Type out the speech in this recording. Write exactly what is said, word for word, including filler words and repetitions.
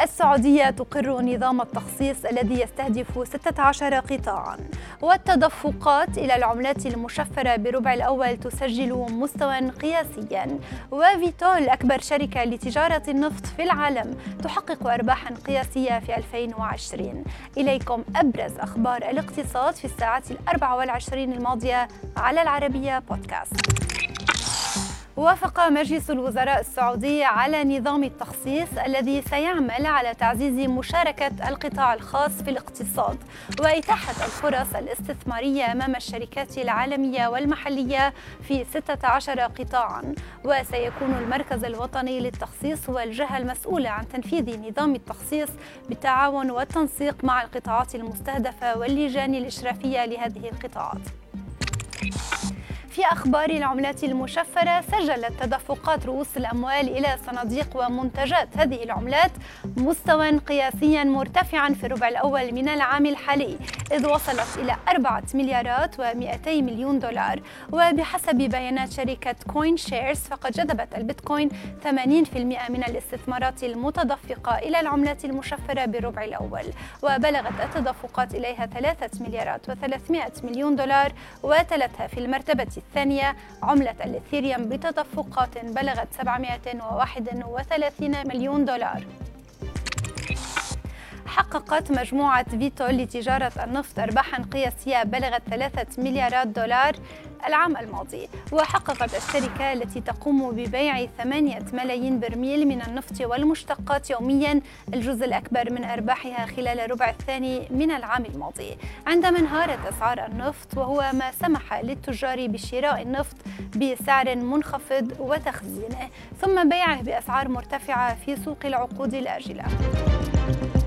السعودية تقر نظام التخصيص الذي يستهدف ستة عشر قطاعاً. والتدفقات إلى العملات المشفرة بربع الأول تسجل مستوى قياسياً. وفيتول أكبر شركة لتجارة النفط في العالم تحقق أرباحاً قياسية في ألفين وعشرين. إليكم أبرز أخبار الاقتصاد في الساعات الأربع والعشرين الماضية على العربية بودكاست. وافق مجلس الوزراء السعودي على نظام التخصيص الذي سيعمل على تعزيز مشاركة القطاع الخاص في الاقتصاد وإتاحة الفرص الاستثمارية أمام الشركات العالمية والمحلية في ستة عشر قطاعاً. وسيكون المركز الوطني للتخصيص هو الجهة المسؤولة عن تنفيذ نظام التخصيص بالتعاون والتنسيق مع القطاعات المستهدفة واللجان الإشرافية لهذه القطاعات. في أخبار العملات المشفرة، سجلت تدفقات رؤوس الأموال إلى صناديق ومنتجات هذه العملات مستوى قياسيا مرتفعا في الربع الأول من العام الحالي، إذ وصلت إلى أربعة مليارات ومئتي مليون دولار. وبحسب بيانات شركة كوين شيرز، فقد جذبت البيتكوين ثمانين بالمئة من الاستثمارات المتدفقة إلى العملات المشفرة بالربع الأول، وبلغت التدفقات إليها ثلاثة مليارات وثلاثمئة مليون دولار، وتلتها في المرتبة الثانية عملة الإثيريوم بتدفقات بلغت سبعمئة وواحد وثلاثين مليون دولار. حققت مجموعة فيتول لتجارة النفط أرباحاً قياسية بلغت ثلاثة مليارات دولار العام الماضي. وحققت الشركة التي تقوم ببيع ثمانية ملايين برميل من النفط والمشتقات يومياً الجزء الأكبر من أرباحها خلال الربع الثاني من العام الماضي، عندما انهارت أسعار النفط، وهو ما سمح للتجار بشراء النفط بسعر منخفض وتخزينه ثم بيعه بأسعار مرتفعة في سوق العقود الآجلة.